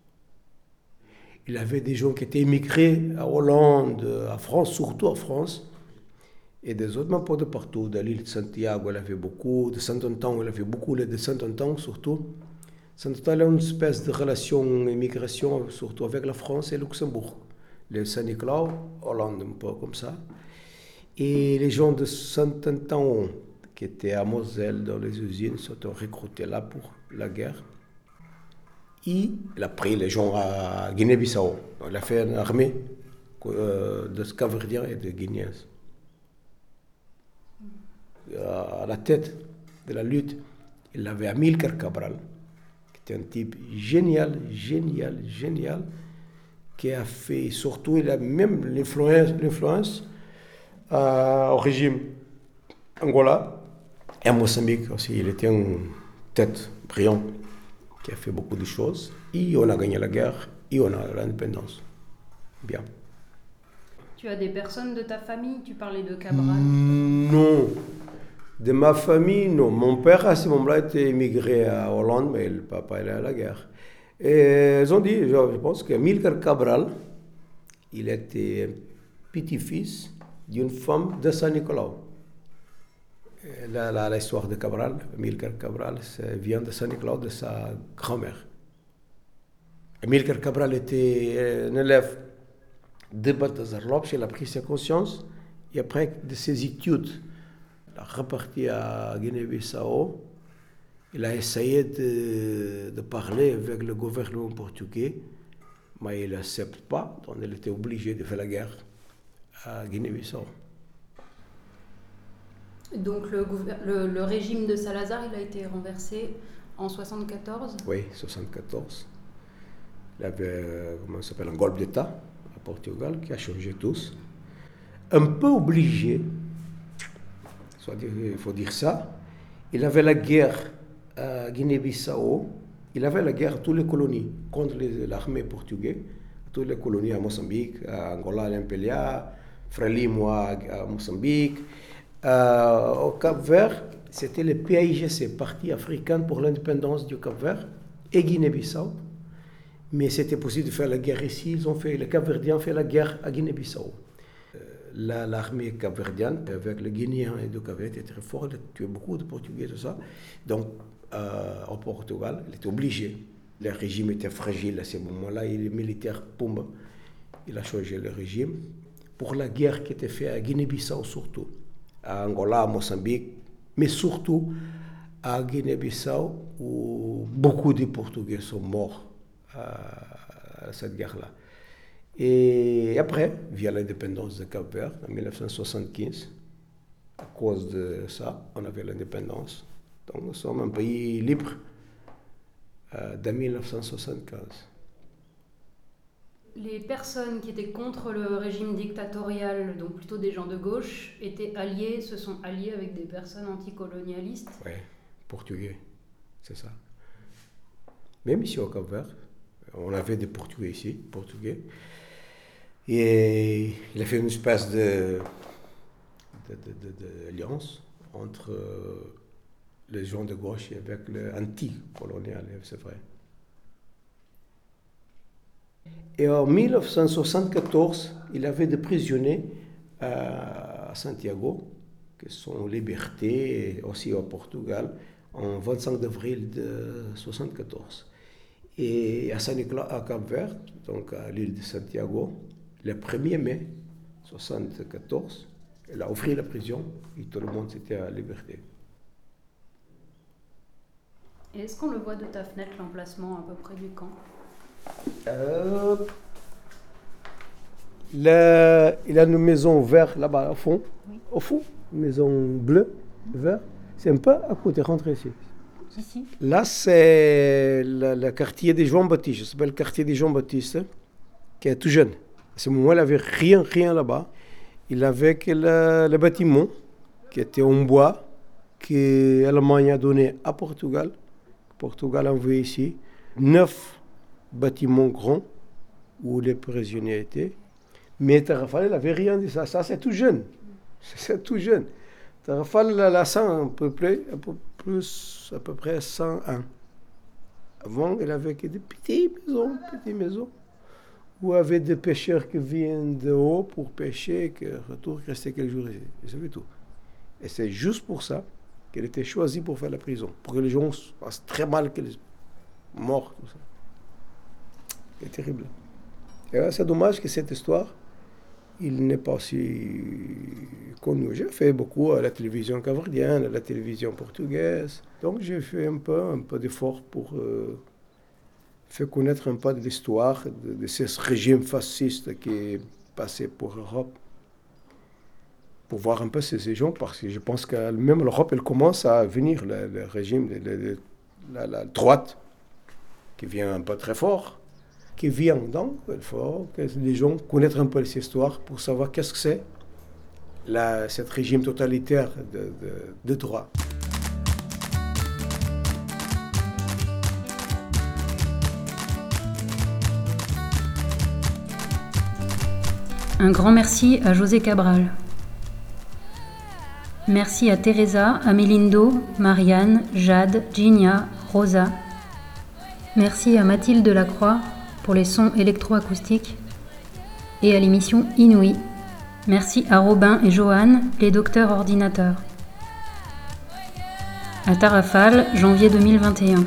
Il y avait des gens qui étaient immigrés à Hollande, à France, surtout en France, et des autres, même pas de partout. De l'île de Santiago, il y avait beaucoup, de Saint-Anton, il y avait beaucoup, de Saint-Anton surtout. Saint-Anton a une espèce de relation immigration, surtout avec la France et Luxembourg. Le Saint-Nicolas, Hollande, un peu comme ça. Et les gens de Saint-Anton, qui étaient à Moselle, dans les usines, se sont recrutés là pour la guerre. Et il a pris les gens à Guinée-Bissau. Il a fait une armée euh, de Capverdiens et de Guinéens. À la tête de la lutte, il avait Amílcar Cabral, qui était un type génial, génial, génial, qui a fait, surtout, il a même l'influence, l'influence euh, au régime Angola et à Mozambique aussi. Il était une tête brillante qui a fait beaucoup de choses. Et on a gagné la guerre et on a l'indépendance. Bien. Tu as des personnes de ta famille? Tu parlais de Cabral. Non. De ma famille, non. Mon père, à ce moment-là, était immigré à Hollande, mais le papa, il est à la guerre. Et ils ont dit, je pense qu'Amílcar Cabral, il était petit-fils d'une femme de Saint-Nicolas. La, la, l'histoire de Cabral, Amílcar Cabral, vient de Saint-Nicolas, de sa grand-mère. Amílcar Cabral était un élève de Balthazar Lopes, il a pris sa conscience, et après de ses études, il a reparti à Guinée-Bissau, il a essayé de, de parler avec le gouvernement portugais, mais il n'accepte pas, donc il était obligé de faire la guerre à Guinée-Bissau. Donc le, le, le régime de Salazar, il a été renversé en soixante-quatorze. Oui, soixante-quatorze. Il y avait, comment ça s'appelle, un golpe d'État à Portugal qui a changé tous. Un peu obligé, soit dire, il faut dire ça. Il avait la guerre à Guinée-Bissau, il avait la guerre à toutes les colonies contre les, l'armée portugaise, toutes les colonies à Mozambique, à Angola, à Limpelia, Frelimo à, à Mozambique. Euh, au Cap-Vert, c'était le P A I G C, Parti africain pour l'indépendance du Cap-Vert, et Guinée-Bissau. Mais c'était possible de faire la guerre ici. Ils ont fait, les Cap-Verdiens ont fait la guerre à Guinée-Bissau. Euh, la, l'armée capverdienne, avec les Guinéens et le Cap-Vert, était très forte, elle a tué beaucoup de Portugais, tout ça. Donc, euh, au Portugal, il était obligé. Le régime était fragile à ce moment-là, et les militaires, poum, il a changé le régime. Pour la guerre qui était faite à Guinée-Bissau surtout, à Angola, à Mozambique, mais surtout à Guinée-Bissau, où beaucoup de Portugais sont morts à cette guerre-là. Et après, via l'indépendance de Cap-Vert, en dix-neuf cent soixante-quinze, à cause de ça, on avait l'indépendance. Donc nous sommes un pays libre euh, de dix-neuf cent soixante-quinze. Les personnes qui étaient contre le régime dictatorial, donc plutôt des gens de gauche, étaient alliés, se sont alliés avec des personnes anticolonialistes. Oui, portugais, c'est ça. Même ici au Cap-Vert, on avait des Portugais ici, Portugais. Et il a fait une espèce de, de, de, de, d'alliance entre les gens de gauche et avec l'anti-colonial, c'est vrai. Et en dix-neuf cent soixante-quatorze, il avait des prisonniers à Santiago, qui sont libertés, et aussi au Portugal, en vingt-cinq avril de soixante-quatorze. Et à Saint-Nicolas, à Cap-Vert, donc à l'île de Santiago, le premier mai soixante-quatorze, il a offert la prison et tout le monde était à liberté. Et est-ce qu'on le voit de ta fenêtre, l'emplacement à peu près du camp? Euh, le, il a une maison verte là-bas au fond, oui. Au fond, une maison bleue, verte. C'est un peu à côté, rentrez ici. Ici. Là, c'est le, le quartier des Jean-Baptiste, ça s'appelle le quartier des Jean-Baptiste, qui est tout jeune. À ce moment, il n'avait rien, rien là-bas. Il avait que le, le bâtiment qui était en bois, que l'Allemagne a donné à Portugal. Portugal a envoyé ici neuf bâtiments grands où les prisonniers étaient. Mais Tarrafal n'avait rien de ça. Ça, c'est tout jeune. C'est tout jeune. Tarrafal a cent, à peu près, à peu plus, à peu près cent un. Avant, il avait que des petites maisons, petites maisons, où il y avait des pêcheurs qui viennent de haut pour pêcher, qui retournent rester quelques jours ici. Et c'est tout. Et c'est juste pour ça qu'elle était choisie pour faire la prison, pour que les gens se passent très mal, qu'elle est morte, tout ça. C'est terrible. Et c'est dommage que cette histoire, il n'est pas aussi connu. J'ai fait beaucoup à la télévision capverdienne, à la télévision portugaise. Donc j'ai fait un peu, un peu d'effort pour euh, faire connaître un peu de l'histoire de, de ce régime fasciste qui est passé pour l'Europe. Pour voir un peu ces, ces gens, parce que je pense que même l'Europe, elle commence à venir, le, le régime de, de, de la, la droite, qui vient un peu très fort. Qui vient donc, il faut que les gens connaissent un peu cette histoire pour savoir qu'est-ce que c'est ce régime totalitaire de, de, de droit. Un grand merci à José Cabral. Merci à Teresa, Amelindo, Marianne, Jade, Ginia, Rosa. Merci à Mathilde Delacroix pour les sons électroacoustiques et à l'émission Inouï. Merci à Robin et Johan, les docteurs ordinateurs. À Tarrafal, janvier deux mille vingt et un.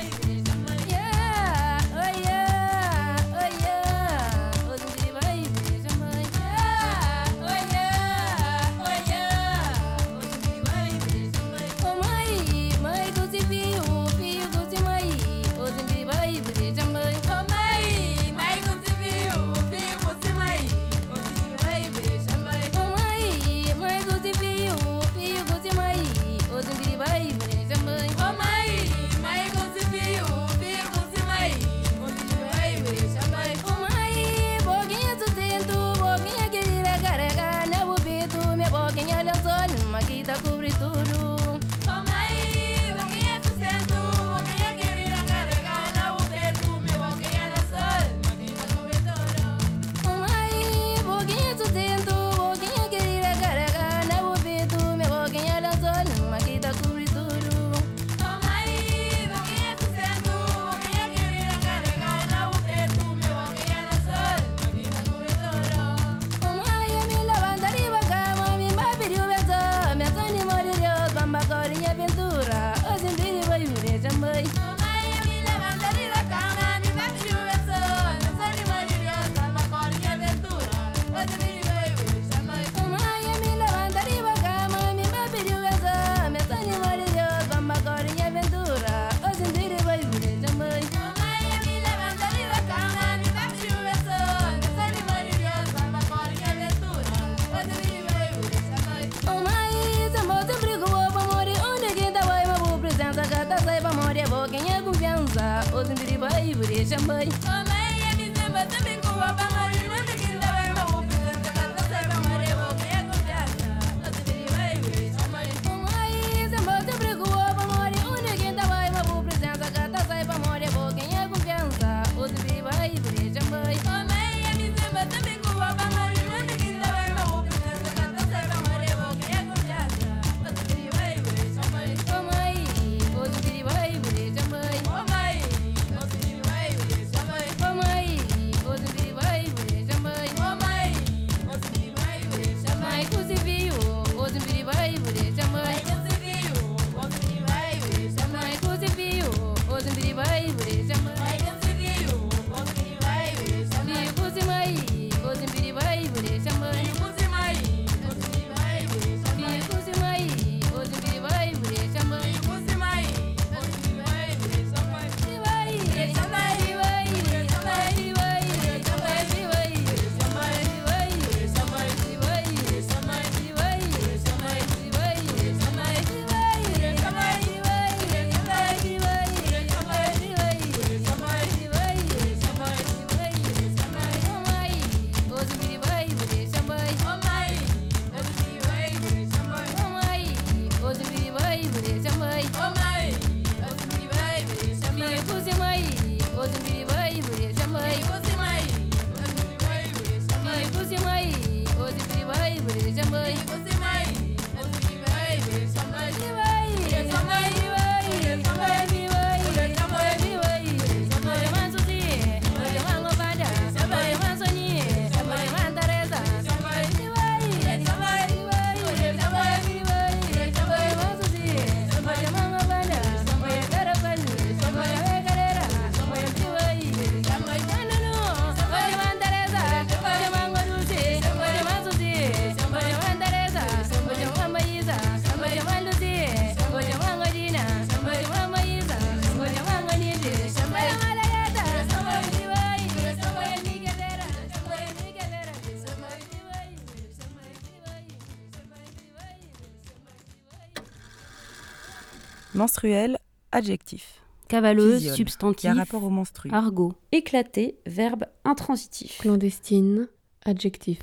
Menstruel, adjectif. Cavaleuse, Physiole, substantif. qui a rapport au menstru. Argot. Éclaté, verbe intransitif. Clandestine, adjectif.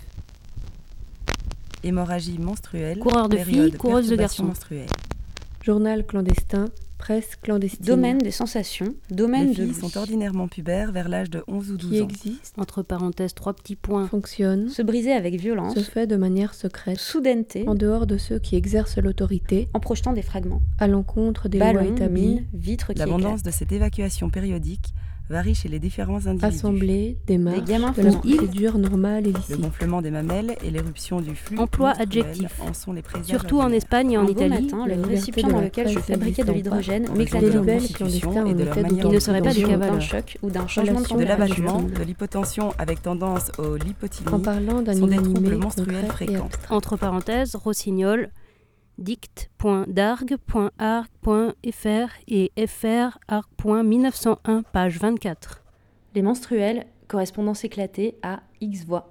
Hémorragie menstruelle. Coureur de période, filles, coureuse de perturbation garçons. menstruelle. Journal clandestin, presse clandestine. Domaine des sensations. Domaine Les de filles l'ouïe. sont ordinairement pubères vers l'âge de onze ou douze Qui ans. existe, Entre parenthèses, trois petits points. fonctionne, Se briser avec violence. se fait de manière secrète, Soudaineté. en dehors de ceux qui exercent l'autorité, En projetant des fragments. à l'encontre des lois Ballon, établies, mine, vitre qui L'abondance éclate. de cette évacuation périodique varie chez les différents individus. Assemblée, démarche, Des gamins de la faisant procédure normale et Le licite. gonflement des mamelles et l'éruption du flux Emploi menstruel adjectif. en sont les présages Surtout en ordinaires. Espagne et en Un beau Italie, matin, la le liberté récipient de dans la lequel je presse fabriquais de n'existant pas, l'hydrogène en m'éclatait raison de de la peur constitution clandestin et en de était leur d'autant manière Il ne de serait pas du fonctionner. cas d'un valeur. choc ou d'un changement de Relation De de température. l'abattement, personnes. de l'hypotension avec tendance au lipotylie En parlant d'un sont des inanimé troubles menstruels concret et fréquents. abstrait. entre parenthèses, Rossignol, dict point dargue point arc point f r et fr arc point mille neuf cent un, page vingt-quatre. Les menstruels, correspondance éclatée à X voix.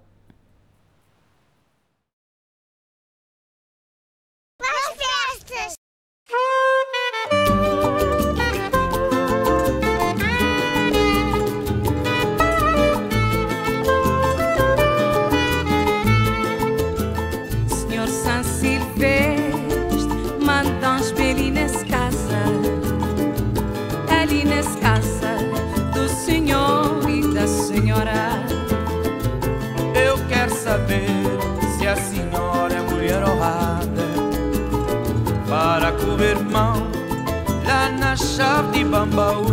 Senhor São Silvestre, manda um espelho nessa casa, ali nessa casa do senhor e da senhora. Eu quero saber se a senhora é mulher honrada para correr mão lá na chave de Bambaú,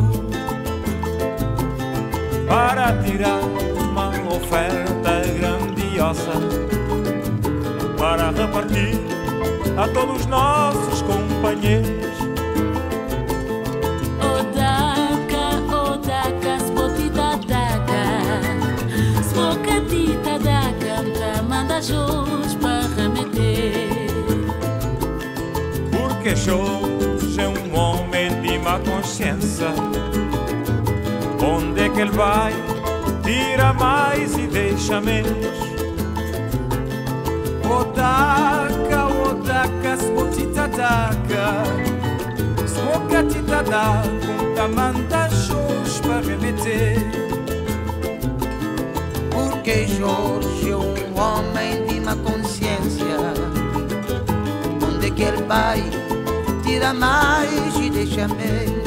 para tirar uma oferta grandiosa para repartir a todos os nossos companheiros. Odaka, odaka, spotita daka, spocatita daka, tá manda jus para remeter. Porque Jorge é um homem de má consciência. Onde é que ele vai? Tira mais e deixa menos. Odaka, odaka, spotita daka, spocatita daka, tá manda jus para remeter. Porque Jorge é um homem de má consciência. Onde é que ele vai? Tira mais e deixa menos.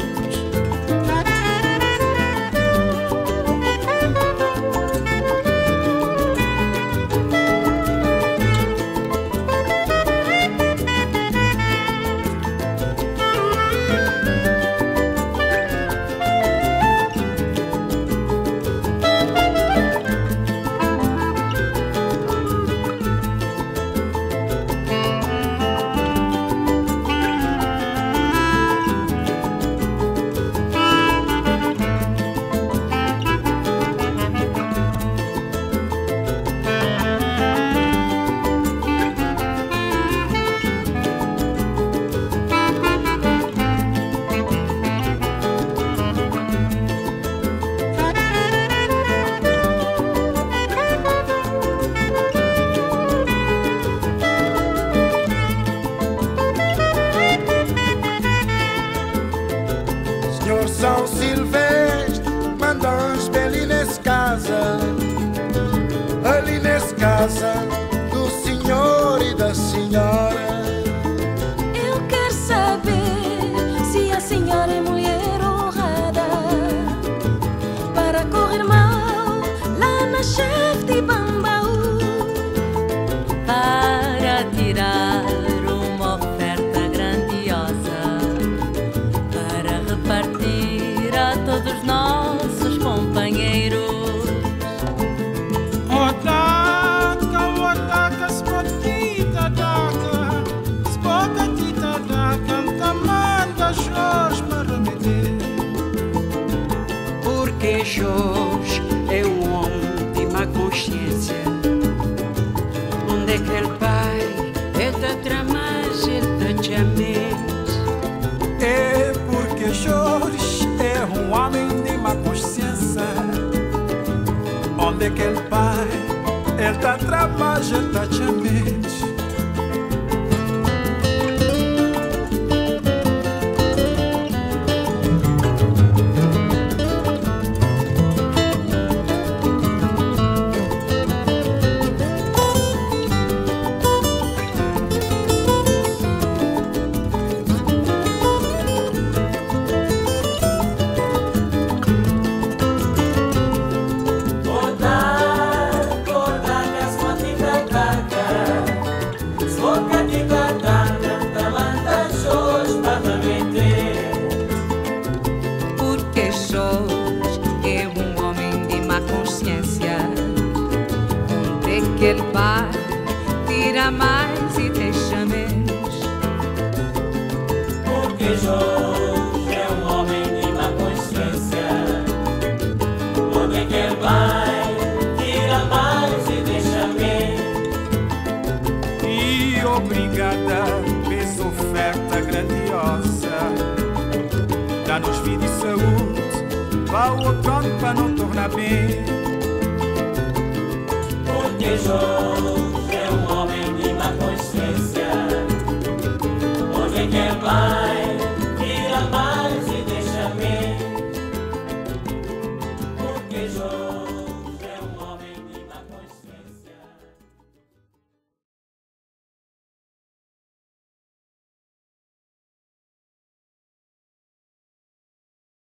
Senhor São Silvestre, manda um espelho nessa casa, ali nessa casa do senhor e da senhora. Eu quero saber se a senhora é mulher honrada para correr mal lá na chave de Bambaú, para tirar uma oferta grandiosa para repartir a todos os nossos companheiros. Odaka, odaka, spotita daka, spocatita daka, tá manda Jorge para remeter. Porque Jorge é um homem de má consciência. Onde é que ele vai? Ele tá tramando, ele tá chamando. É porque Jorge é um homem de má consciência. Onde é que ele vai? Ele tá tramando, ele tá chamando. Odaka, odaka, spotita daka, ao outono para não tornar bem. Porque Jorge é um homem